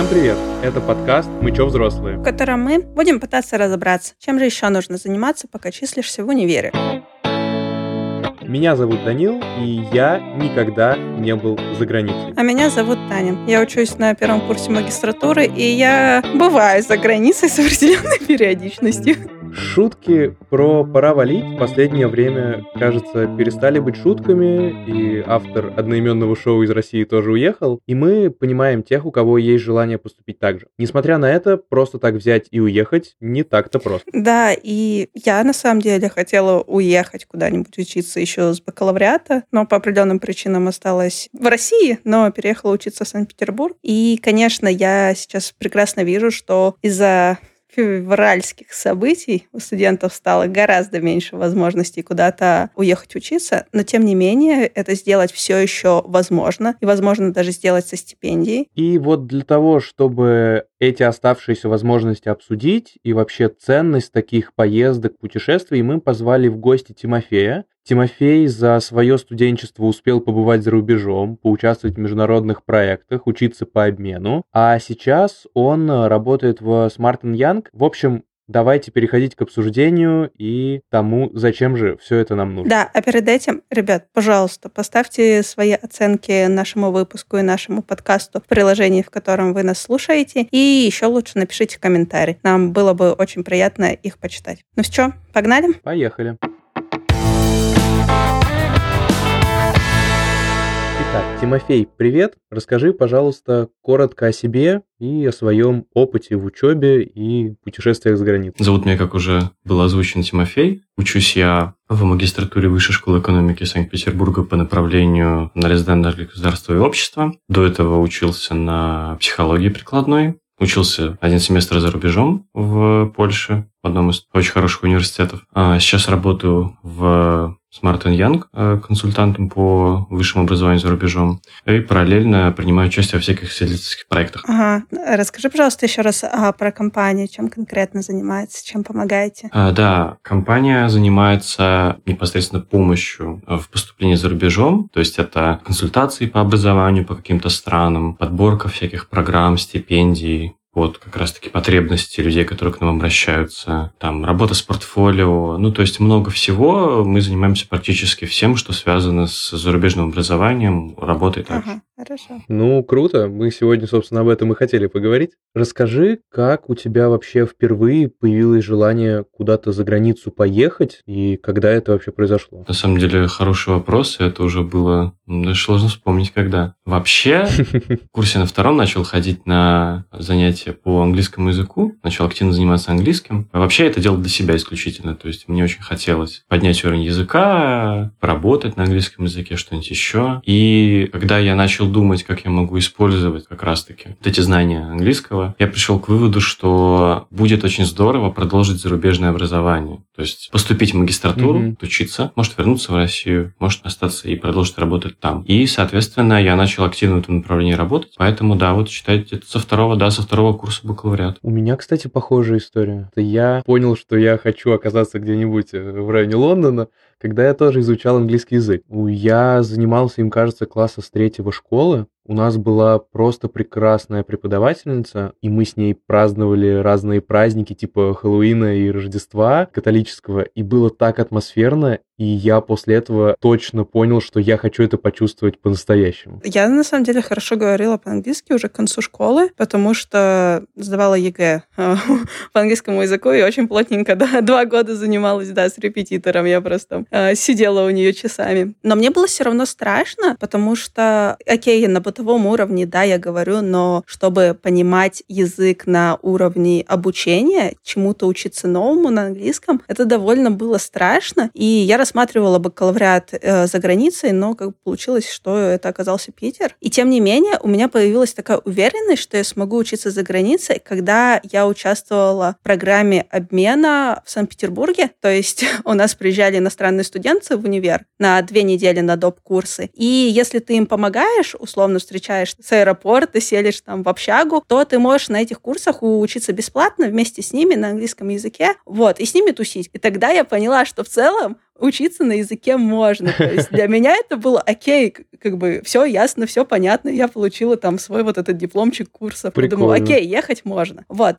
привет! Это подкаст «Мы чё, взрослые?», в котором мы будем пытаться разобраться, чем же еще нужно заниматься, пока числишься в универе. Меня зовут Данил, и я никогда не был за границей. А меня зовут Таня. Я учусь на первом курсе магистратуры, и я бываю за границей с определенной периодичностью. Шутки про «пора валить» в последнее время, кажется, перестали быть шутками, и автор одноименного шоу из России тоже уехал, и мы понимаем тех, у кого есть желание поступить так же. Несмотря на это, просто так взять и уехать не так-то просто. Да, и я на самом деле хотела уехать куда-нибудь учиться еще с бакалавриата, но по определенным причинам осталась в России, но переехала учиться в Санкт-Петербург. И, конечно, я сейчас прекрасно вижу, что из-за февральских событий у студентов стало гораздо меньше возможностей куда-то уехать учиться, но тем не менее это сделать все еще возможно, и возможно даже сделать со стипендией. И вот для того, чтобы эти оставшиеся возможности обсудить и вообще ценность таких поездок, путешествий, мы позвали в гости Тимофея. Тимофей за свое студенчество успел побывать за рубежом, поучаствовать в международных проектах, учиться по обмену, а сейчас он работает в Smart & Young. В общем, давайте переходить к обсуждению и тому, зачем же все это нам нужно. Да, а перед этим, ребят, пожалуйста, поставьте свои оценки нашему выпуску и нашему подкасту в приложении, в котором вы нас слушаете, и еще лучше напишите комментарий. Нам было бы очень приятно их почитать. Ну что, погнали? Поехали. Итак, Тимофей, привет. Расскажи, пожалуйста, коротко о себе и о своем опыте в учебе и путешествиях за границу. Зовут меня, как уже было озвучено, Тимофей. Учусь я в магистратуре Высшей школы экономики Санкт-Петербурга по направлению анализ данных государства и общества. До этого учился на психологии прикладной. Учился один семестр за рубежом в Польше, в одном из очень хороших университетов. Сейчас работаю в Smart & Young консультантом по высшему образованию за рубежом и параллельно принимаю участие во всяких исследовательских проектах. Ага. Расскажи, пожалуйста, еще раз про компанию, чем конкретно занимается, чем помогаете? Да, компания занимается непосредственно помощью в поступлении за рубежом, то есть это консультации по образованию по каким-то странам, подборка всяких программ, стипендий, под как раз-таки потребности людей, которые к нам обращаются, там, работа с портфолио, то есть много всего. Мы занимаемся практически всем, что связано с зарубежным образованием, работой также. Ага, хорошо. Ну, круто. Мы сегодня, собственно, об этом и хотели поговорить. Расскажи, как у тебя вообще впервые появилось желание куда-то за границу поехать, и когда это вообще произошло? На самом деле, хороший вопрос, это уже было, даже сложно вспомнить, когда. Вообще, в курсе на втором начал ходить на занятия по английскому языку, начал активно заниматься английским. А вообще это делал для себя исключительно, то есть мне очень хотелось поднять уровень языка, поработать на английском языке, что-нибудь еще. И когда я начал думать, как я могу использовать как раз-таки вот эти знания английского, я пришел к выводу, что будет очень здорово продолжить зарубежное образование. То есть поступить в магистратуру, учиться, может вернуться в Россию, может остаться и продолжить работать там. И, соответственно, я начал активно в этом направлении работать. Поэтому, да, вот считайте, это со второго курса бакалавриата. У меня, кстати, похожая история. Я понял, что я хочу оказаться где-нибудь в районе Лондона, когда я тоже изучал английский язык. Я занимался им, кажется, класса с 3-го школы. У нас была просто прекрасная преподавательница, и мы с ней праздновали разные праздники типа Хэллоуина и Рождества католического, и было так атмосферно, и я после этого точно понял, что я хочу это почувствовать по-настоящему. Я, на самом деле, хорошо говорила по-английски уже к концу школы, потому что сдавала ЕГЭ по английскому языку, и очень плотненько, 2 года занималась, с репетитором. Я просто сидела у нее часами. Но мне было все равно страшно, потому что, окей, на бытовом уровне, я говорю, но чтобы понимать язык на уровне обучения, чему-то учиться новому на английском, это довольно было страшно. И я рассматривала бакалавриат за границей, но получилось, что это оказался Питер. И тем не менее, у меня появилась такая уверенность, что я смогу учиться за границей, когда я участвовала в программе обмена в Санкт-Петербурге. То есть у нас приезжали иностранные студенты в универ на 2 недели на доп-курсы. И если ты им помогаешь, условно встречаешь с аэропорта, селишь там в общагу, то ты можешь на этих курсах учиться бесплатно вместе с ними на английском языке, и с ними тусить. И тогда я поняла, что в целом учиться на языке можно. То есть для меня это было окей, как бы все ясно, все понятно. Я получила там свой вот этот дипломчик курсов. Я думаю, окей, ехать можно. Вот.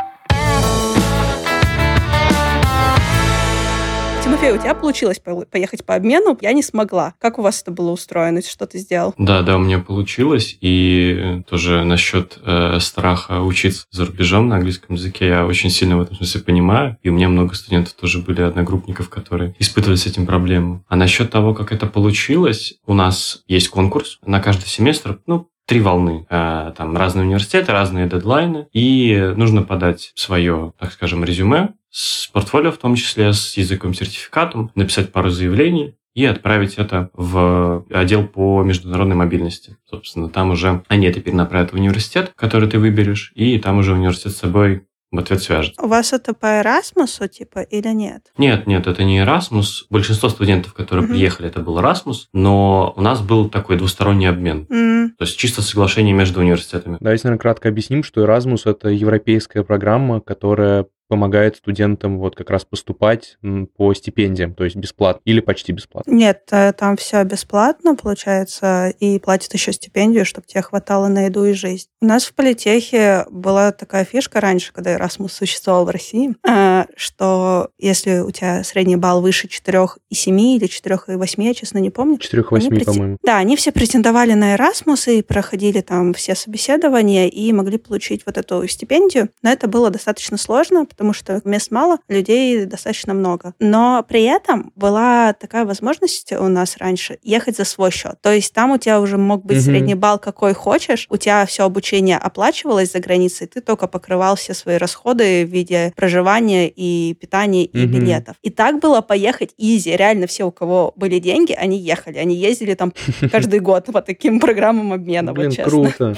Тимофей, у тебя получилось поехать по обмену, я не смогла. Как у вас это было устроено? Что ты сделал? Да, у меня получилось. И тоже насчет страха учиться за рубежом на английском языке я очень сильно в этом смысле понимаю. И у меня много студентов тоже были одногруппников, которые испытывали с этим проблему. А насчет того, как это получилось, у нас есть конкурс на каждый семестр, 3 волны. Там разные университеты, разные дедлайны. И нужно подать свое, так скажем, резюме с портфолио, в том числе с языковым сертификатом, написать пару заявлений и отправить это в отдел по международной мобильности. Собственно, там уже они это перенаправят в университет, который ты выберешь, и там уже университет с собой в ответ свяжет. У вас это по Erasmus'у, или нет? Нет, это не Erasmus. Большинство студентов, которые приехали, это был Erasmus, но у нас был такой двусторонний обмен. То есть чисто соглашение между университетами. Давайте, наверное, кратко объясним, что Erasmus — это европейская программа, которая помогает студентам вот как раз поступать по стипендиям, то есть бесплатно или почти бесплатно. Нет, там все бесплатно, получается, и платят еще стипендию, чтобы тебе хватало на еду и жизнь. У нас в политехе была такая фишка раньше, когда Erasmus существовал в России, что если у тебя средний балл выше 4,7 или 4,8, я честно не помню. 4,8, по-моему. Да, они все претендовали на Erasmus и проходили там все собеседования и могли получить вот эту стипендию, но это было достаточно сложно, потому что мест мало, людей достаточно много. Но при этом была такая возможность у нас раньше ехать за свой счет. То есть там у тебя уже мог быть средний балл какой хочешь, у тебя все обучение оплачивалось за границей, ты только покрывал все свои расходы в виде проживания и питания и билетов. И так было поехать изи. Реально все, у кого были деньги, они ехали. Они ездили там каждый год по таким программам обмена. Блин, вот честно. Круто.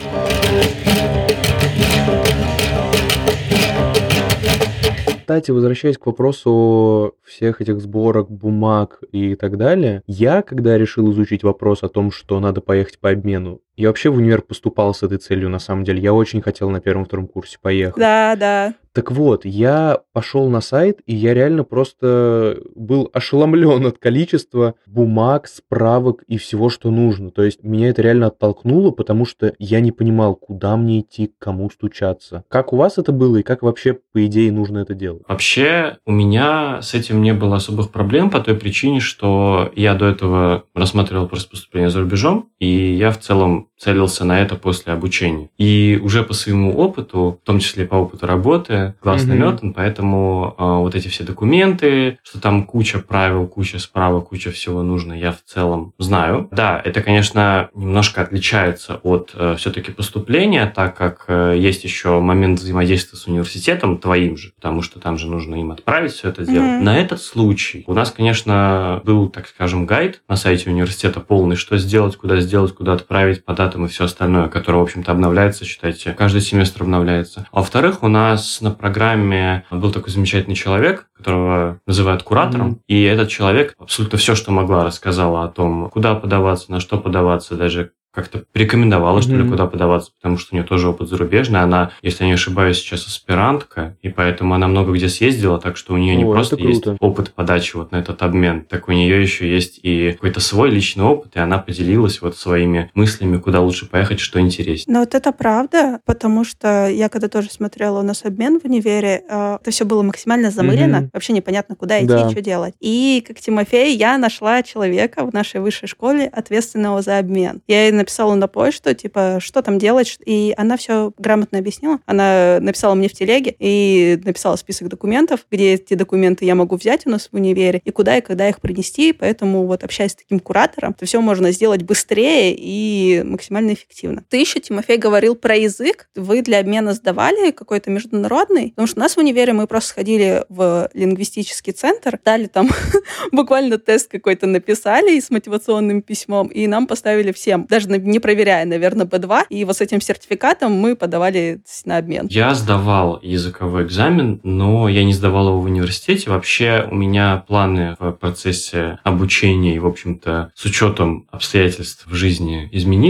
Кстати, возвращаясь к вопросу всех этих сборок, бумаг и так далее, я, когда решил изучить вопрос о том, что надо поехать по обмену, я вообще в универ поступал с этой целью, на самом деле. Я очень хотел на 1-2 курсе поехать. Да. Так вот, я пошел на сайт, и я реально просто был ошеломлен от количества бумаг, справок и всего, что нужно. То есть меня это реально оттолкнуло, потому что я не понимал, куда мне идти, к кому стучаться. Как у вас это было, и как вообще, по идее, нужно это делать? Вообще, у меня с этим не было особых проблем по той причине, что я до этого рассматривал просто поступление за рубежом, и я в целом целился на это после обучения. И уже по своему опыту, в том числе по опыту работы, глаз наметан, поэтому вот эти все документы, что там куча правил, куча справок, куча всего нужно, я в целом знаю. Да, это, конечно, немножко отличается от все-таки поступления, так как есть еще момент взаимодействия с университетом твоим же, потому что там же нужно им отправить все это дело. На этот случай у нас, конечно, был, так скажем, гайд на сайте университета полный, что сделать, куда отправить, по датам и все остальное, которое, в общем-то, обновляется, считайте, каждый семестр обновляется. А во-вторых, у нас на программе был такой замечательный человек, которого называют куратором, и этот человек абсолютно все, что могла, рассказала о том, куда подаваться, на что подаваться, даже как-то порекомендовала, что ли, куда подаваться, потому что у нее тоже опыт зарубежный. Она, если я не ошибаюсь, сейчас аспирантка, и поэтому она много где съездила, так что у нее не просто есть опыт подачи вот на этот обмен, так у нее еще есть и какой-то свой личный опыт, и она поделилась вот своими мыслями, куда лучше поехать, что интереснее. Но вот это правда, потому что я когда тоже смотрела у нас обмен в универе, это все было максимально замылено, вообще непонятно, куда идти и что делать. И, как Тимофей, я нашла человека в нашей высшей школе, ответственного за обмен. Я ей написала на почту, типа, что там делать, и она все грамотно объяснила. Она написала мне в телеге и написала список документов, где эти документы я могу взять у нас в универе, и куда и когда их принести, поэтому вот общаясь с таким куратором, то все можно сделать быстрее и максимально эффективно. Ты еще, Тимофей, говорил про язык. Вы для обмена сдавали какой-то международный? Потому что у нас в универе мы просто сходили в лингвистический центр, дали там буквально тест какой-то написали с мотивационным письмом, и нам поставили всем, даже не проверяя, наверное, B2, и вот с этим сертификатом мы подавали на обмен. Я сдавал языковой экзамен, но я не сдавал его в университете. Вообще у меня планы в процессе обучения и, в общем-то, с учетом обстоятельств в жизни изменились.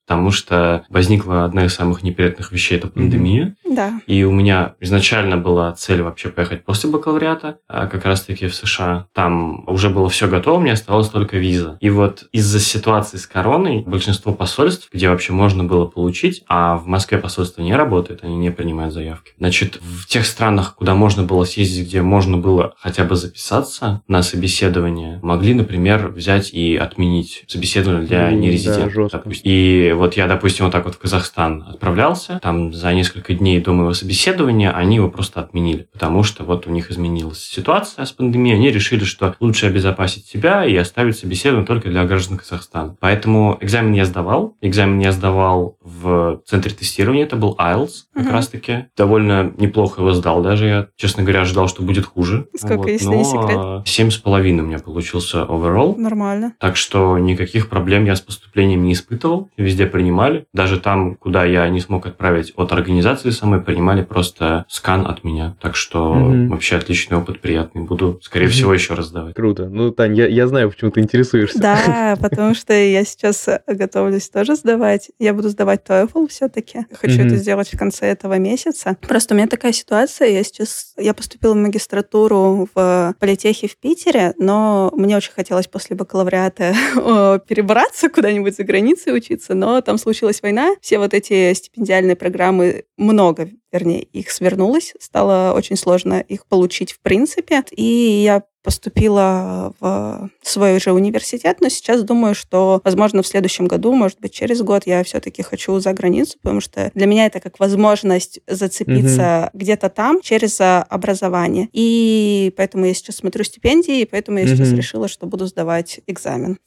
потому что возникла одна из самых неприятных вещей – это пандемия. Да. И у меня изначально была цель вообще поехать после бакалавриата, как раз-таки в США. Там уже было все готово, мне оставалась только виза. И вот из-за ситуации с короной большинство посольств, где вообще можно было получить, а в Москве посольство не работает, они не принимают заявки. Значит, в тех странах, куда можно было съездить, где можно было хотя бы записаться на собеседование, могли, например, взять и отменить собеседование для нерезидентов. Да, и вот я, допустим, вот так вот в Казахстан отправлялся, там за несколько дней до моего собеседования они его просто отменили, потому что вот у них изменилась ситуация с пандемией, они решили, что лучше обезопасить себя и оставить собеседование только для граждан Казахстана. Поэтому экзамен я сдавал в центре тестирования, это был IELTS как раз-таки. Довольно неплохо его сдал даже, я, честно говоря, ожидал, что будет хуже. Сколько, если не секрет? 7,5 у меня получился overall. Нормально. Так что никаких проблем я с поступлением не испытывал, везде принимали. Даже там, куда я не смог отправить от организации самой, принимали просто скан от меня. Так что вообще отличный опыт, приятный. Буду, скорее всего, еще раз сдавать. Круто. Ну, Тань, я знаю, почему ты интересуешься. Да, потому что я сейчас готовлюсь тоже сдавать. Я буду сдавать TOEFL все-таки. Хочу это сделать в конце этого месяца. Просто у меня такая ситуация. Я поступила в магистратуру в политехе в Питере, но мне очень хотелось после бакалавриата перебраться куда-нибудь за границей учиться, но там случилась война. Все вот эти стипендиальные программы, много, вернее, их свернулось. Стало очень сложно их получить в принципе. И я поступила в свой же университет, но сейчас думаю, что, возможно, в следующем году, может быть, через год я все-таки хочу за границу, потому что для меня это как возможность зацепиться где-то там через образование. И поэтому я сейчас смотрю стипендии, и поэтому я сейчас решила, что буду сдавать экзамен.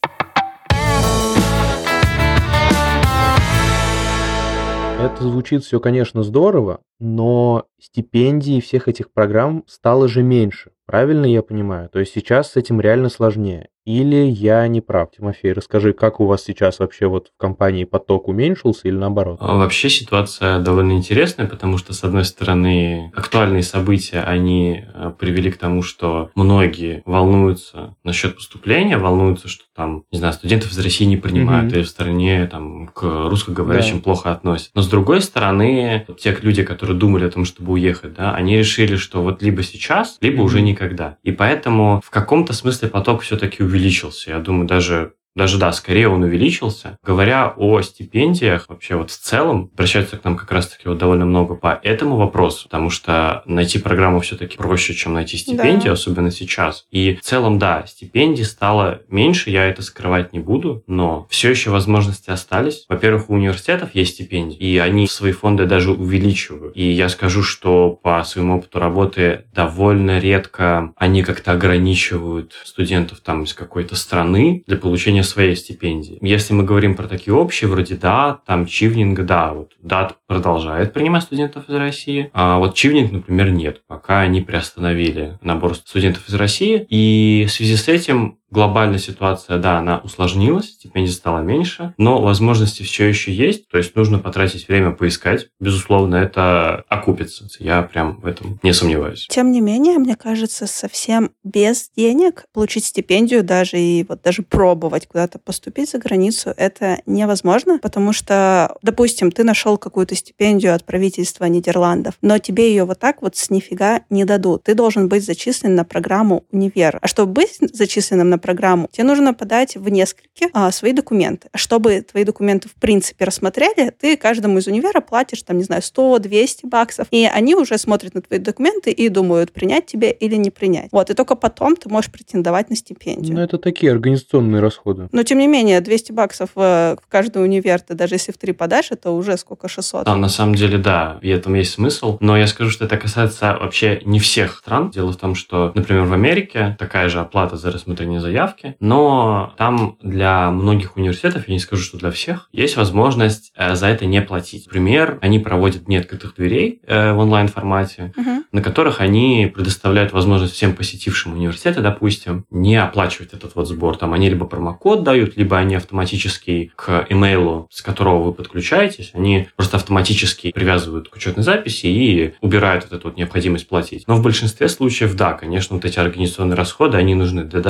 Это звучит все, конечно, здорово, но стипендий всех этих программ стало же меньше. Правильно я понимаю? То есть сейчас с этим реально сложнее. Или я не прав? Тимофей, расскажи, как у вас сейчас вообще вот в компании поток уменьшился или наоборот? Вообще ситуация довольно интересная, потому что, с одной стороны, актуальные события, они привели к тому, что многие волнуются насчет поступления, волнуются, что там, не знаю, студентов из России не принимают, или в стране там к русскоговорящим плохо относятся. Но с другой стороны, те люди, которые думали о том, чтобы уехать, да, они решили, что вот либо сейчас, либо уже никогда. И поэтому в каком-то смысле поток все-таки увеличился. Я думаю, даже да, скорее он увеличился. Говоря о стипендиях, вообще вот в целом, обращаются к нам как раз-таки вот довольно много по этому вопросу, потому что найти программу все-таки проще, чем найти стипендию, особенно сейчас. И в целом, да, стипендий стало меньше, я это скрывать не буду, но все еще возможности остались. Во-первых, у университетов есть стипендии, и они свои фонды даже увеличивают. И я скажу, что по своему опыту работы довольно редко они как-то ограничивают студентов там из какой-то страны для получения своей стипендии. Если мы говорим про такие общие, вроде там Чивнинг, вот ДАТ продолжает принимать студентов из России, а вот Чивнинг, например, нет, пока они приостановили набор студентов из России. И в связи с этим глобальная ситуация, да, она усложнилась, стипендий стало меньше, но возможности все еще есть, то есть нужно потратить время поискать. Безусловно, это окупится. Я прям в этом не сомневаюсь. Тем не менее, мне кажется, совсем без денег получить стипендию даже и вот даже пробовать куда-то поступить за границу, это невозможно, потому что, допустим, ты нашел какую-то стипендию от правительства Нидерландов, но тебе ее вот так вот с нифига не дадут. Ты должен быть зачислен на программу универа. А чтобы быть зачисленным на программу, тебе нужно подать в нескольких свои документы. А чтобы твои документы в принципе рассмотрели, ты каждому из универа платишь, там, не знаю, 100-200 баксов, и они уже смотрят на твои документы и думают, принять тебе или не принять. Вот, и только потом ты можешь претендовать на стипендию. Ну, это такие организационные расходы. Но, тем не менее, 200 баксов в каждый универ, ты даже если в 3 подашь, это уже сколько, 600? Да, на самом деле, да, в этом есть смысл, но я скажу, что это касается вообще не всех стран. Дело в том, что, например, в Америке такая же оплата за рассмотрение заявки, но там для многих университетов, я не скажу, что для всех, есть возможность за это не платить. Например, они проводят дни открытых дверей в онлайн-формате, на которых они предоставляют возможность всем посетившим университеты, допустим, не оплачивать этот вот сбор. Там они либо промокод дают, либо они автоматически к имейлу, с которого вы подключаетесь, они просто автоматически привязывают к учетной записи и убирают вот эту вот необходимость платить. Но в большинстве случаев, да, конечно, вот эти организационные расходы, они нужны. Да даже банально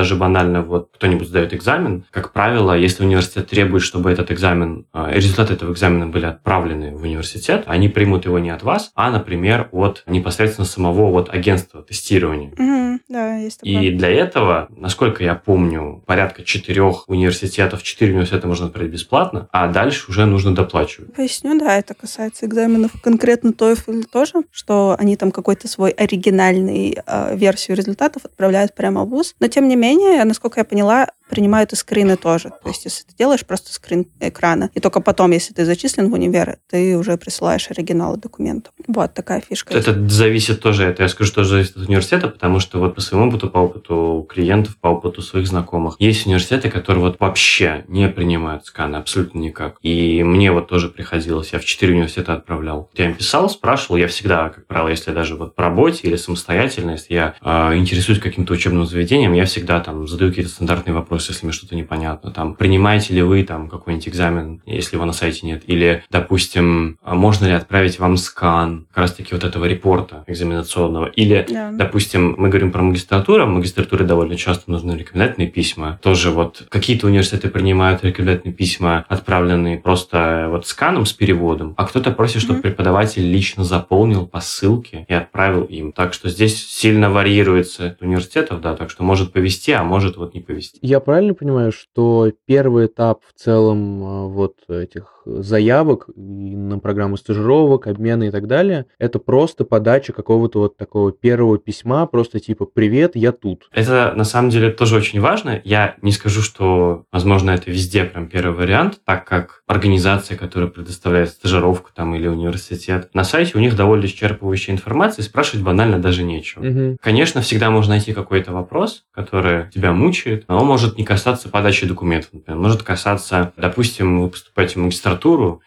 профессионально вот кто-нибудь сдает экзамен, как правило, если университет требует, чтобы этот экзамен, результаты этого экзамена были отправлены в университет, они примут его не от вас, а, например, от непосредственно самого вот агентства тестирования. Да, есть такое. И для этого, насколько я помню, порядка 4 университетов, 4 университета можно отправить бесплатно, а дальше уже нужно доплачивать. Поясню, да, это касается экзаменов. Конкретно TOEFL тоже, что они там какой-то свой оригинальный версию результатов отправляют прямо в вуз. Но, тем не менее, насколько я поняла, принимают и скрины тоже. То есть, если ты делаешь просто скрин экрана, и только потом, если ты зачислен в универ, ты уже присылаешь оригиналы документов. Вот такая фишка. Это зависит тоже, это я скажу, тоже зависит от университета, потому что вот по своему опыту, по опыту клиентов, по опыту своих знакомых, есть университеты, которые вот вообще не принимают сканы, абсолютно никак. И мне вот тоже приходилось, я в 4 университета отправлял. Я им писал, спрашивал, я всегда, как правило, если даже вот по работе или самостоятельно, если я интересуюсь каким-то учебным заведением, я всегда там задаю какие-то стандартные вопросы, если мне что-то непонятно. Там, принимаете ли вы там какой-нибудь экзамен, если его на сайте нет? Или, допустим, можно ли отправить вам скан как раз-таки вот этого репорта экзаменационного? Или, допустим, мы говорим про магистратуру, в магистратуре довольно часто нужны рекомендательные письма. Тоже вот какие-то университеты принимают рекомендательные письма, отправленные просто вот сканом с переводом, а кто-то просит, чтобы преподаватель лично заполнил по ссылке и отправил им. Так что здесь сильно варьируется от университетов, да, так что может повезти, а может вот не повезти. Я правильно понимаю, что первый этап в целом вот этих заявок на программу стажировок, обмена и так далее, это просто подача какого-то вот такого первого письма, просто типа «Привет, я тут». Это на самом деле тоже очень важно. Я не скажу, что, возможно, это везде прям первый вариант, так как организация, которая предоставляет стажировку там или университет, на сайте у них довольно исчерпывающая информация, и спрашивать банально даже нечего. Конечно, всегда можно найти какой-то вопрос, который тебя мучает, но он может не касаться подачи документов, например. Может касаться, допустим, вы поступаете в магистратуру,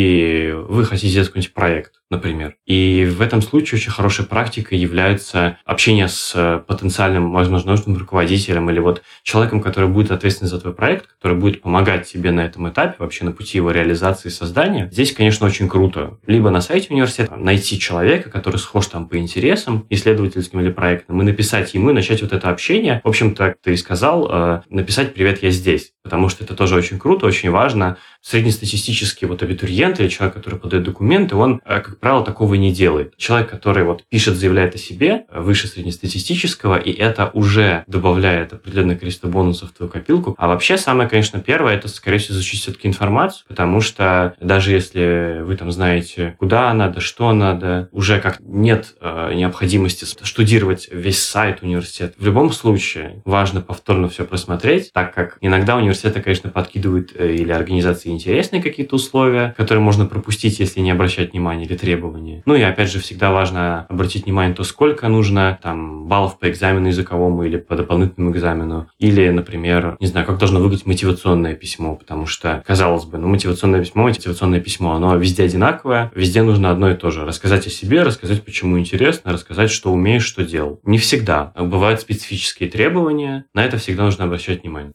и вы хотите сделать какой-нибудь проект, например. И в этом случае очень хорошей практикой является общение с потенциальным, возможно, научным руководителем или вот человеком, который будет ответственен за твой проект, который будет помогать тебе на этом этапе, вообще на пути его реализации и создания. Здесь, конечно, очень круто. Либо на сайте университета найти человека, который схож там по интересам, исследовательским или проектным, и написать ему, и начать вот это общение. В общем-то, как ты и сказал, написать «Привет, я здесь», потому что это тоже очень круто, очень важно. Среднестатистический вот абитуриент или человек, который подает документы, он, как правило, такого не делает. Человек, который вот пишет, заявляет о себе, выше среднестатистического, и это уже добавляет определенное количество бонусов в твою копилку. А вообще самое, конечно, первое, это, скорее всего, изучить все-таки информацию, потому что даже если вы там знаете, куда надо, что надо, уже как нет необходимости штудировать весь сайт университета. В любом случае важно повторно все просмотреть, так как иногда университеты, конечно, подкидывают или организации интересные какие-то условия, которые можно пропустить, если не обращать внимания, или требования. Ну и опять же, всегда важно обратить внимание на то, сколько нужно там баллов по экзамену языковому или по дополнительному экзамену. Или, например, не знаю, как должно выглядеть мотивационное письмо, потому что, казалось бы, мотивационное письмо, оно везде одинаковое, везде нужно одно и то же. Рассказать о себе, рассказать, почему интересно, рассказать, что умеешь, что делал. Не всегда. Бывают специфические требования, на это всегда нужно обращать внимание.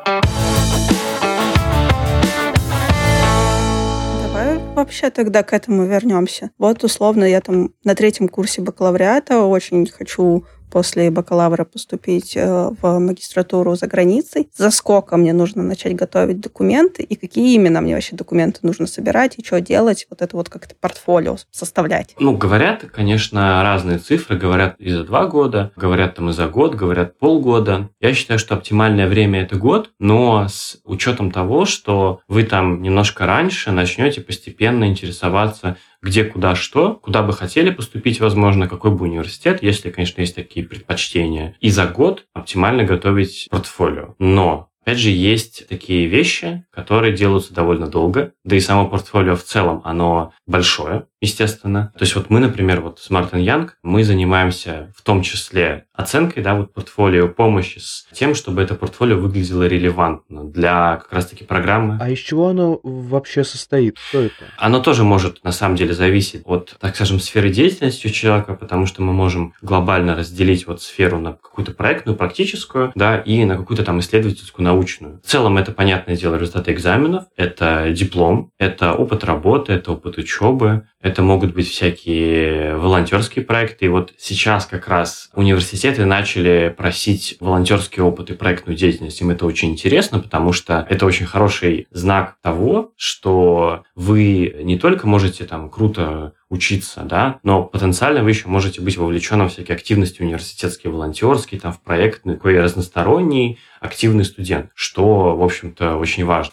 Вообще тогда к этому вернемся. Вот условно я там на 3-м курсе бакалавриата очень хочу после бакалавра поступить в магистратуру за границей. За сколько мне нужно начать готовить документы и какие именно мне вообще документы нужно собирать и что делать, вот это вот как-то портфолио составлять. Говорят, конечно, разные цифры. Говорят и за 2 года, говорят там и за год, говорят полгода. Я считаю, что оптимальное время – это год, но с учетом того, что вы там немножко раньше начнете постепенно интересоваться, где, куда, что, куда бы хотели поступить, возможно, какой бы университет, если, конечно, есть такие предпочтения. И за год оптимально готовить портфолио. Но, опять же, есть такие вещи, которые делаются довольно долго, да и само портфолио в целом, оно большое, естественно. То есть вот мы, например, вот с Martin Young, мы занимаемся в том числе оценкой, портфолио, помощи с тем, чтобы это портфолио выглядело релевантно для как раз-таки программы. А из чего оно вообще состоит? Что это? Оно тоже может, на самом деле, зависеть от, так скажем, сферы деятельности у человека, потому что мы можем глобально разделить вот сферу на какую-то проектную, практическую, и на какую-то там исследовательскую, научную. В целом, это, понятное дело, результаты экзаменов, это диплом, это опыт работы, это опыт учебы, это могут быть всякие волонтерские проекты. И вот сейчас как раз университеты начали просить волонтерский опыт и проектную деятельность. Им это очень интересно, потому что это очень хороший знак того, что вы не только можете там круто учиться, да, но потенциально вы еще можете быть вовлеченным в всякие активности университетские, волонтерские, там, в проектный, такой разносторонний, активный студент, что, в общем-то, очень важно.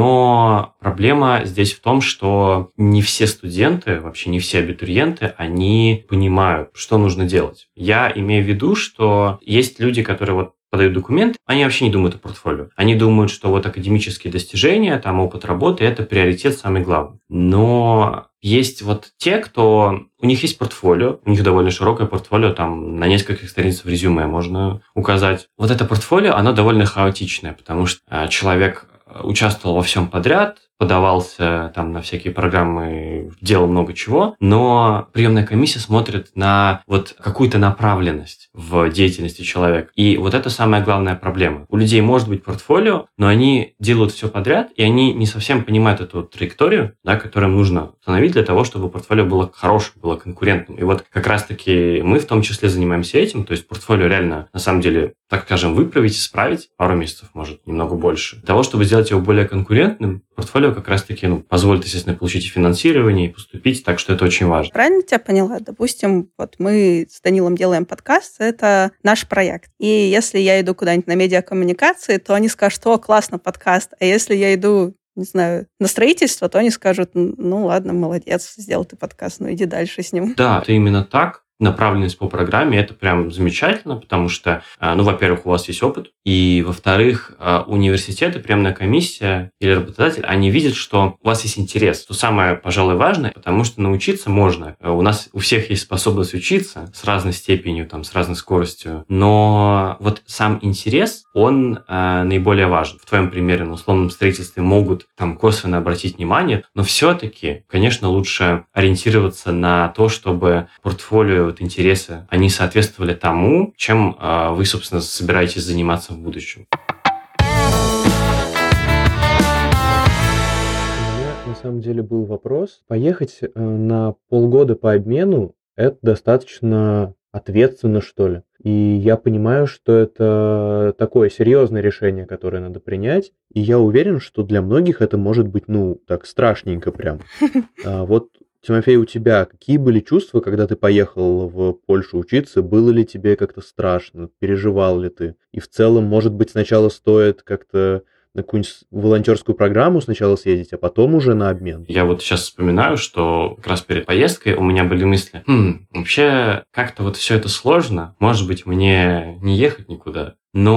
Но проблема здесь в том, что не все студенты, вообще не все абитуриенты, они понимают, что нужно делать. Я имею в виду, что есть люди, которые вот подают документы, они вообще не думают о портфолио. Они думают, что вот академические достижения, там опыт работы – это приоритет самый главный. Но есть вот те, кто... У них есть портфолио, у них довольно широкое портфолио, там на нескольких страницах в резюме можно указать. Вот это портфолио, оно довольно хаотичное, потому что человек участвовал во всем подряд, подавался там на всякие программы, делал много чего, но приемная комиссия смотрит на вот какую-то направленность в деятельности человека. И вот это самая главная проблема. У людей может быть портфолио, но они делают все подряд, и они не совсем понимают эту вот траекторию, да, которую им нужно установить для того, чтобы портфолио было хорошим, было конкурентным. И вот как раз-таки мы в том числе занимаемся этим, то есть портфолио реально, на самом деле, так скажем, выправить, исправить, пару месяцев, может, немного больше. Для того, чтобы сделать его более конкурентным, портфолио как раз-таки позволит, естественно, получить и финансирование, и поступить, так что это очень важно. Правильно тебя поняла? Допустим, вот мы с Данилом делаем подкаст, это наш проект. И если я иду куда-нибудь на медиакоммуникации, то они скажут: о, классно, подкаст. А если я иду, не знаю, на строительство, то они скажут: ну ладно, молодец, сделал ты подкаст, ну иди дальше с ним. Да, это именно так. Направленность по программе – это прям замечательно, потому что, ну, во-первых, у вас есть опыт, и, во-вторых, университеты, приемная комиссия или работодатель, они видят, что у вас есть интерес. То самое, пожалуй, важное, потому что научиться можно. У нас у всех есть способность учиться с разной степенью, там, с разной скоростью, но вот сам интерес, он наиболее важен. В твоем примере на условном строительстве могут там косвенно обратить внимание, но все-таки, конечно, лучше ориентироваться на то, чтобы портфолио вот интересы, они соответствовали тому, чем вы, собственно, собираетесь заниматься в будущем. У меня на самом деле был вопрос. Поехать на полгода по обмену – это достаточно ответственно, что ли. И я понимаю, что это такое серьезное решение, которое надо принять. И я уверен, что для многих это может быть, ну, так страшненько прям. Вот, Тимофей, у тебя какие были чувства, когда ты поехал в Польшу учиться? Было ли тебе как-то страшно? Переживал ли ты? И в целом, может быть, сначала стоит как-то на какую-нибудь волонтерскую программу сначала съездить, а потом уже на обмен? Я вот сейчас вспоминаю, что как раз перед поездкой у меня были мысли: вообще как-то вот все это сложно, может быть, мне не ехать никуда.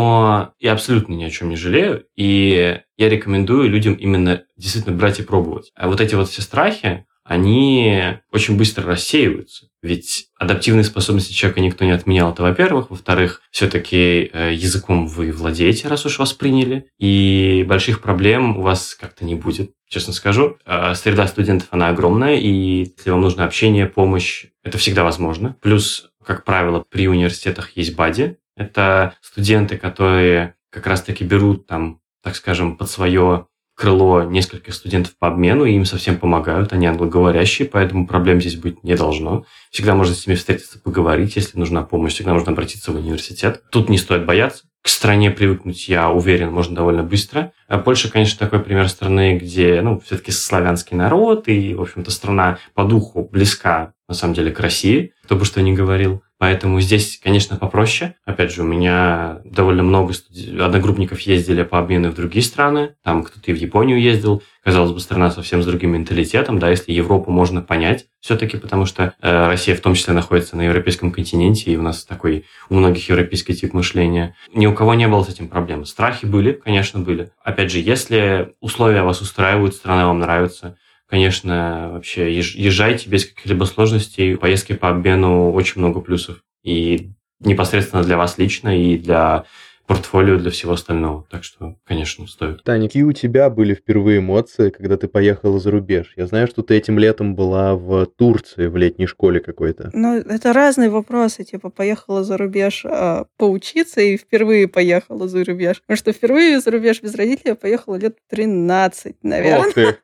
Но я абсолютно ни о чем не жалею, и я рекомендую людям именно действительно брать и пробовать. А вот эти вот все страхи, они очень быстро рассеиваются. Ведь адаптивные способности человека никто не отменял, это во-первых. Во-вторых, все-таки языком вы владеете, раз уж вас приняли, и больших проблем у вас как-то не будет. Честно скажу, среда студентов, она огромная, и если вам нужно общение, помощь, это всегда возможно. Плюс, как правило, при университетах есть бадди. Это студенты, которые как раз-таки берут там, так скажем, под свое крыло нескольких студентов по обмену, и им совсем помогают, они англоговорящие, поэтому проблем здесь быть не должно. Всегда можно с ними встретиться, поговорить, если нужна помощь, всегда можно обратиться в университет. Тут не стоит бояться. К стране привыкнуть, я уверен, можно довольно быстро. Польша, конечно, такой пример страны, где, все-таки славянский народ, и, в общем-то, страна по духу близка, на самом деле, к России, кто бы что ни говорил. Поэтому здесь, конечно, попроще. Опять же, у меня довольно много одногруппников ездили по обмену в другие страны. Там кто-то и в Японию ездил. Казалось бы, страна совсем с другим менталитетом, да, если Европу можно понять все-таки, потому что Россия в том числе находится на европейском континенте, и у нас такой у многих европейский тип мышления. Ни у кого не было с этим проблем. Страхи были, конечно, были. Опять же, если условия вас устраивают, страна вам нравится, конечно, вообще езжайте без каких-либо сложностей. В поездке по обмену очень много плюсов. И непосредственно для вас лично, и для портфолио, для всего остального. Так что, конечно, стоит. Таня, какие у тебя были впервые эмоции, когда ты поехала за рубеж? Я знаю, что ты этим летом была в Турции, в летней школе какой-то. Это разные вопросы. Типа, поехала за рубеж поучиться и впервые поехала за рубеж. Потому что впервые за рубеж без родителей я поехала лет 13, наверное. Ох ты!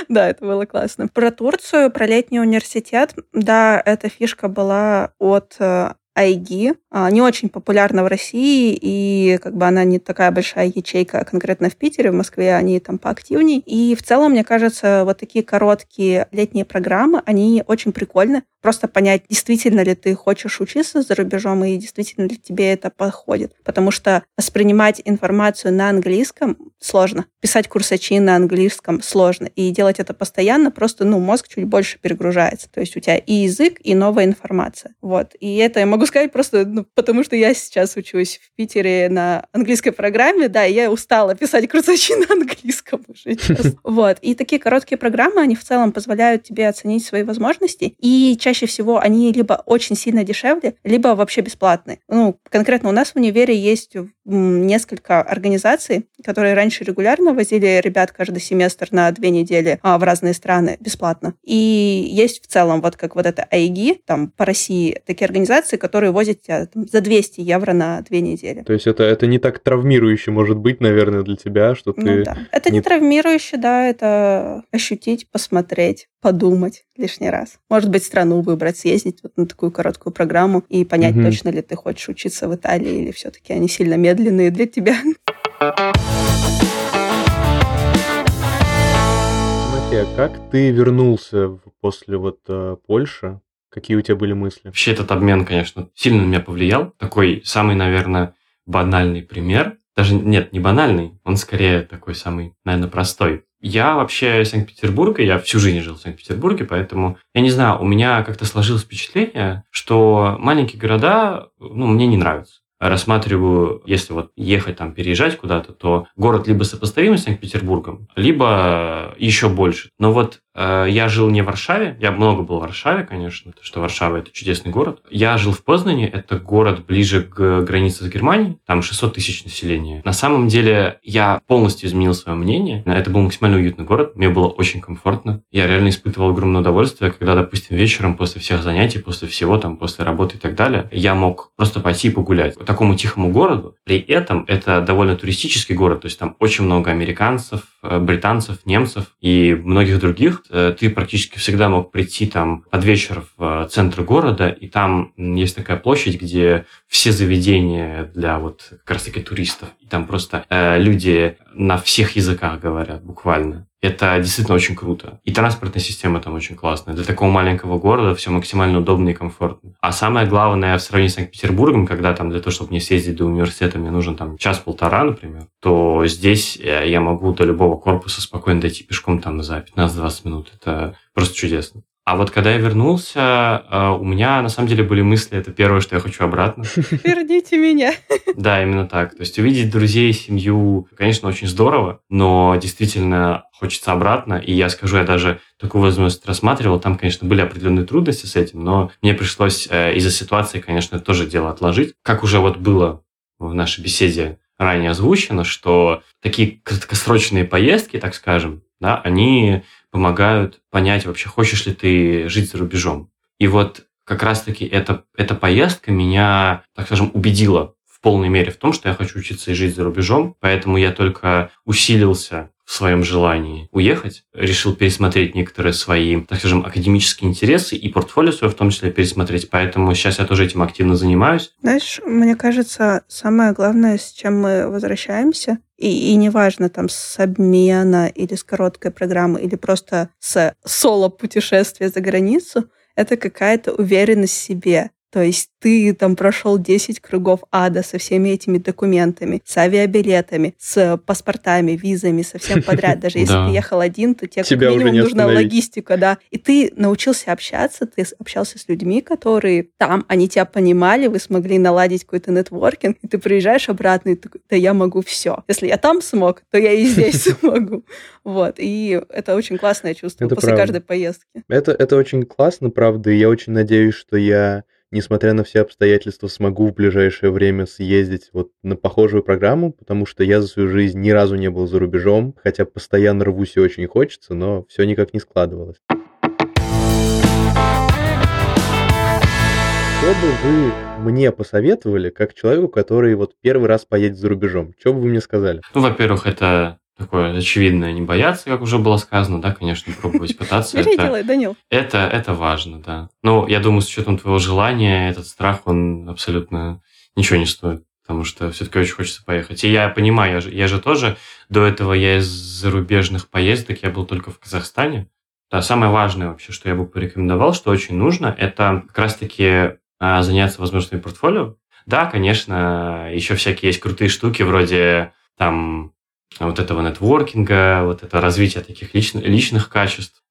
Да, это было классно. Про Турцию, про летний университет. Да, эта фишка была от IGI. Не очень популярна в России, и как бы она не такая большая ячейка конкретно в Питере, в Москве они там поактивней. И в целом, мне кажется, вот такие короткие летние программы, они очень прикольны. Просто понять, действительно ли ты хочешь учиться за рубежом, и действительно ли тебе это подходит. Потому что воспринимать информацию на английском сложно. Писать курсачи на английском сложно. И делать это постоянно, просто, мозг чуть больше перегружается. То есть у тебя и язык, и новая информация. Вот. И это я могу сказать просто, потому что я сейчас учусь в Питере на английской программе, да, и я устала писать курсачи на английском уже, честно. Вот. И такие короткие программы, они в целом позволяют тебе оценить свои возможности, и чаще всего они либо очень сильно дешевле, либо вообще бесплатные. Конкретно у нас в универе есть несколько организаций, которые раньше регулярно возили ребят каждый семестр на 2 недели в разные страны бесплатно. И есть в целом вот как вот это IGI, там по России такие организации, которые возят тебя за 200 евро на 2 недели. То есть это не так травмирующе может быть, наверное, для тебя, что ты... Да. Это не травмирующе, да, это ощутить, посмотреть, подумать лишний раз. Может быть, страну выбрать, съездить вот на такую короткую программу и понять, точно ли ты хочешь учиться в Италии, или все-таки они сильно медленные для тебя. Тимофей, а как ты вернулся после Польши? Какие у тебя были мысли? Вообще этот обмен, конечно, сильно на меня повлиял. Такой самый, наверное, банальный пример. Даже нет, не банальный, он скорее такой самый, наверное, простой. Я вообще из Санкт-Петербурга, я всю жизнь жил в Санкт-Петербурге, поэтому, я не знаю, у меня как-то сложилось впечатление, что маленькие города, мне не нравятся. Рассматриваю, если ехать там, переезжать куда-то, то город либо сопоставимый с Санкт-Петербургом, либо еще больше. Но я жил не в Варшаве, я много был в Варшаве, конечно, потому что Варшава – это чудесный город. Я жил в Познане, это город ближе к границе с Германией, там 600 тысяч населения. На самом деле я полностью изменил свое мнение. Это был максимально уютный город, мне было очень комфортно. Я реально испытывал огромное удовольствие, когда, допустим, вечером после всех занятий, после всего, после работы и так далее, я мог просто пойти и погулять по такому тихому городу. При этом это довольно туристический город, то есть там очень много американцев, британцев, немцев и многих других. Ты практически всегда мог прийти там под вечер в центр города, и там есть такая площадь, где все заведения для как раз-таки туристов. И там просто люди на всех языках говорят, буквально. Это действительно очень круто. И транспортная система там очень классная. Для такого маленького города все максимально удобно и комфортно. А самое главное, в сравнении с Санкт-Петербургом, когда там для того, чтобы мне съездить до университета, мне нужен там час-полтора, например, то здесь я могу до любого корпуса спокойно дойти пешком там за 15-20 минут. Это просто чудесно. А когда я вернулся, у меня на самом деле были мысли, это первое, что я хочу обратно. Верните меня. Да, именно так. То есть увидеть друзей, семью, конечно, очень здорово, но действительно хочется обратно. И я скажу, я даже такую возможность рассматривал. Там, конечно, были определенные трудности с этим, но мне пришлось из-за ситуации, конечно, тоже дело отложить. Как уже было в нашей беседе ранее озвучено, что такие краткосрочные поездки, так скажем, да, они помогают понять вообще, хочешь ли ты жить за рубежом. И как раз-таки эта поездка меня, так скажем, убедила в полной мере в том, что я хочу учиться и жить за рубежом, поэтому я только усилился в своем желании уехать, решил пересмотреть некоторые свои, так скажем, академические интересы и портфолио свое в том числе пересмотреть, поэтому сейчас я тоже этим активно занимаюсь. Знаешь, мне кажется, самое главное, с чем мы возвращаемся, и неважно, там, с обмена или с короткой программы, или просто с соло-путешествия за границу, это какая-то уверенность в себе. То есть ты там прошел 10 кругов ада со всеми этими документами, с авиабилетами, с паспортами, визами, со всем подряд. Даже если ты ехал один, то тебе как минимум нужна логистика, да. И ты научился общаться, ты общался с людьми, которые там, они тебя понимали, вы смогли наладить какой-то нетворкинг, и ты приезжаешь обратно, и ты такой, да я могу все. Если я там смог, то я и здесь смогу. И это очень классное чувство после каждой поездки. Это очень классно, правда, и я очень надеюсь, что я, несмотря на все обстоятельства, смогу в ближайшее время съездить на похожую программу, потому что я за свою жизнь ни разу не был за рубежом, хотя постоянно рвусь и очень хочется, но все никак не складывалось. Что бы вы мне посоветовали, как человеку, который первый раз поедет за рубежом? Что бы вы мне сказали? Во-первых, это такое очевидное, не бояться, как уже было сказано, да, конечно, пробовать, пытаться. Бери, делай, Данил. Это важно, да. Но я думаю, с учетом твоего желания, этот страх, он абсолютно ничего не стоит, потому что все-таки очень хочется поехать. И я понимаю, я же тоже, до этого я из зарубежных поездок, я был только в Казахстане. Да, самое важное вообще, что я бы порекомендовал, что очень нужно, это как раз-таки заняться возможностями портфолио. Да, конечно, еще всякие есть крутые штуки, вроде там вот этого нетворкинга, вот это развитие таких личных качеств,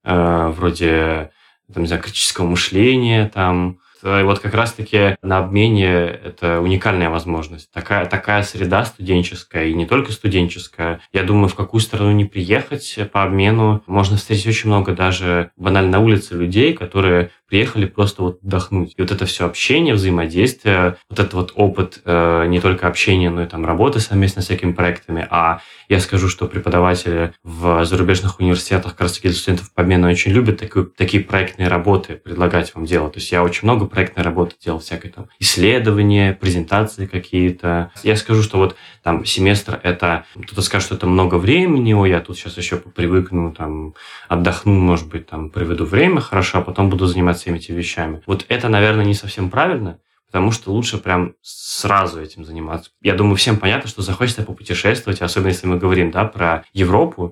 вроде, там, не знаю, критического мышления, там. И вот как раз-таки на обмене это уникальная возможность. Такая среда студенческая, и не только студенческая. Я думаю, в какую страну не приехать по обмену, можно встретить очень много даже банально на улице людей, которые приехали просто вот отдохнуть. И вот это все общение, взаимодействие, вот этот вот опыт не только общения, но и там работы совместно с всякими проектами. А я скажу, что преподаватели в зарубежных университетах, как раз таки для студентов по обмену, очень любят такие проектные работы предлагать вам делать. То есть я очень много проектной работы делал, всякой там исследования, презентации какие-то. Я скажу, что вот там семестр это... Кто-то скажет, что это много времени, я тут сейчас еще попривыкну, там, отдохну, может быть, там, проведу время хорошо, а потом буду заниматься всеми этими вещами. Вот это, наверное, не совсем правильно, потому что лучше прям сразу этим заниматься. Я думаю, всем понятно, что захочется попутешествовать, особенно если мы говорим, да, про Европу,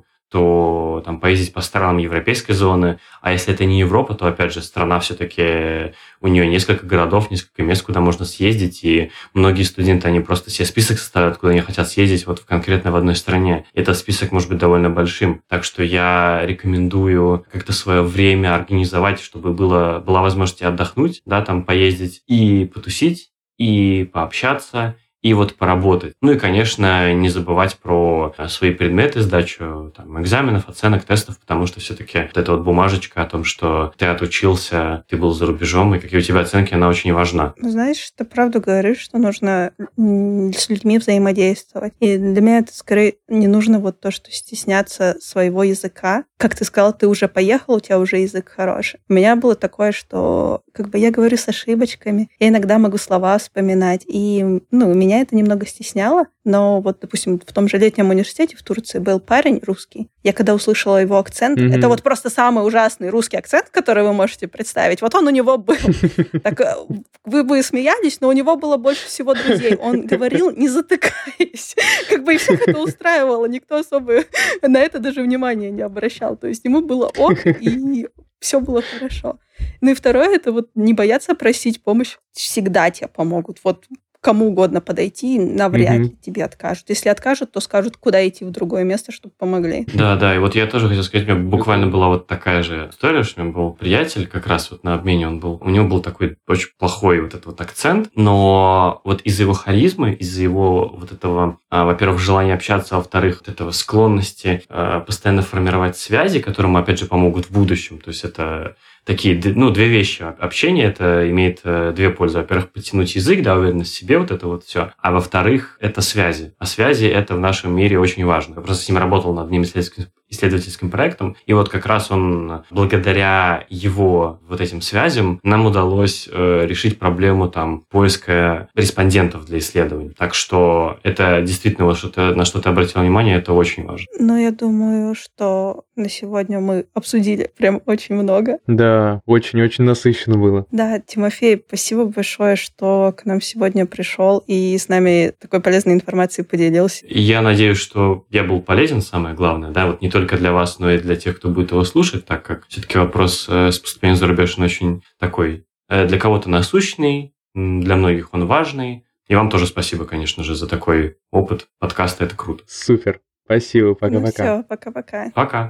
то там поездить по странам европейской зоны, а если это не Европа, то, опять же, страна все-таки, у нее несколько городов, несколько мест, куда можно съездить, и многие студенты, они просто себе список составляют, куда они хотят съездить вот конкретно в одной стране. Этот список может быть довольно большим, так что я рекомендую как-то свое время организовать, чтобы была возможность отдохнуть, да, там поездить и потусить, и пообщаться, и вот поработать. Ну и, конечно, не забывать про свои предметы, сдачу там, экзаменов, оценок, тестов, потому что все-таки вот эта вот бумажечка о том, что ты отучился, ты был за рубежом, и какие у тебя оценки, она очень важна. Знаешь, ты правду говоришь, что нужно с людьми взаимодействовать. И для меня это скорее не нужно вот то, что стесняться своего языка. Как ты сказал, ты уже поехал, у тебя уже язык хороший. У меня было такое, что как бы я говорю с ошибочками, я иногда могу слова вспоминать, и меня это немного стесняло, но вот, допустим, в том же летнем университете в Турции был парень русский. Я когда услышала его акцент, это вот просто самый ужасный русский акцент, который вы можете представить. Вот он у него был. Так, вы бы смеялись, но у него было больше всего друзей. Он говорил, не затыкаясь. Как бы и всех это устраивало. Никто особо на это даже внимания не обращал. То есть ему было ок, и все было хорошо. Ну и второе, это вот не бояться просить помощь. Всегда тебе помогут. Вот кому угодно подойти, навряд ли тебе откажут. Если откажут, то скажут, куда идти в другое место, чтобы помогли. Да, и вот я тоже хотел сказать, у меня буквально была вот такая же история, что у меня был приятель, как раз вот на обмене у него был такой очень плохой вот этот вот акцент, но вот из-за его харизмы, из-за его вот этого, во-первых, желания общаться, а во-вторых, вот этого склонности постоянно формировать связи, которые ему, опять же, помогут в будущем. То есть это такие, две вещи. Общение, это имеет две пользы. Во-первых, подтянуть язык, да, уверенность в себе, вот это вот все. А во-вторых, это связи. А связи это в нашем мире очень важно. Я просто с ним работал над одним исследовательским проектом, и вот как раз он, благодаря его вот этим связям, нам удалось решить проблему там поиска респондентов для исследований. Так что это действительно вот на что ты обратил внимание, это очень важно. Ну, я думаю, что на сегодня мы обсудили прям очень много. Да, очень-очень насыщенно было. Да, Тимофей, спасибо большое, что к нам сегодня пришел и с нами такой полезной информацией поделился. И я надеюсь, что я был полезен, самое главное, да, вот не только для вас, но и для тех, кто будет его слушать, так как все-таки вопрос с поступлением за рубеж, он очень такой для кого-то насущный, для многих он важный. И вам тоже спасибо, конечно же, за такой опыт подкаста, это круто. Супер, спасибо, пока-пока. Ну все, пока-пока. Пока.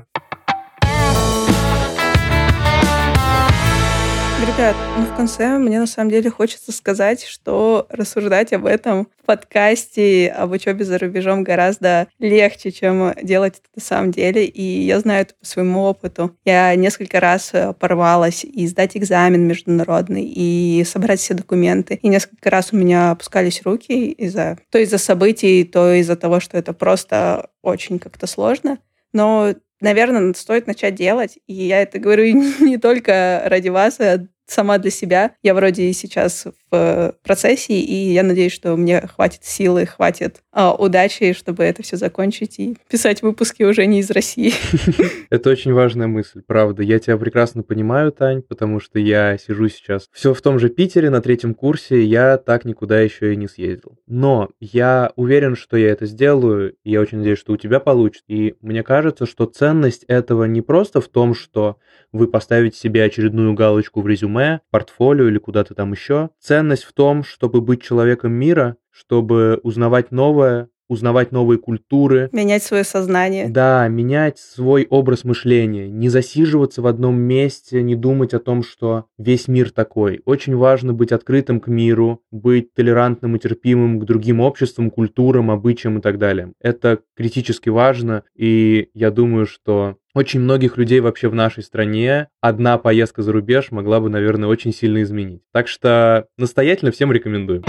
Ребят, в конце мне на самом деле хочется сказать, что рассуждать об этом в подкасте об учебе за рубежом гораздо легче, чем делать это на самом деле. И я знаю это по своему опыту. Я несколько раз порвалась и сдать экзамен международный, и собрать все документы. И несколько раз у меня опускались руки то из-за событий, то из-за того, что это просто очень как-то сложно. Но наверное, стоит начать делать. И я это говорю не только ради вас, а сама для себя. Я вроде и сейчас в процессе, и я надеюсь, что мне хватит силы, хватит удачи, чтобы это все закончить и писать выпуски уже не из России. Это очень важная мысль, правда. Я тебя прекрасно понимаю, Тань, потому что я сижу сейчас все в том же Питере на 3 курсе, я так никуда еще и не съездил. Но я уверен, что я это сделаю, и я очень надеюсь, что у тебя получится. И мне кажется, что ценность этого не просто в том, что вы поставите себе очередную галочку в резюме, портфолио или куда-то там еще. Ценность в том, чтобы быть человеком мира, чтобы узнавать новое, узнавать новые культуры. Менять свое сознание. Да, менять свой образ мышления, не засиживаться в одном месте, не думать о том, что весь мир такой. Очень важно быть открытым к миру, быть толерантным и терпимым к другим обществам, культурам, обычаям и так далее. Это критически важно, и я думаю, что очень многих людей вообще в нашей стране одна поездка за рубеж могла бы, наверное, очень сильно изменить. Так что настоятельно всем рекомендую.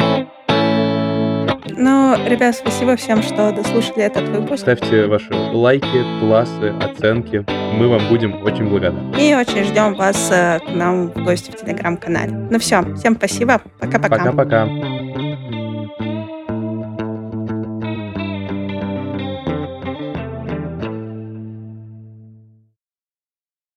Ну, ребят, спасибо всем, что дослушали этот выпуск. Ставьте ваши лайки, классы, оценки. Мы вам будем очень благодарны. И очень ждем вас к нам в гости в Телеграм-канале. Ну все, всем спасибо. Пока-пока. Пока-пока.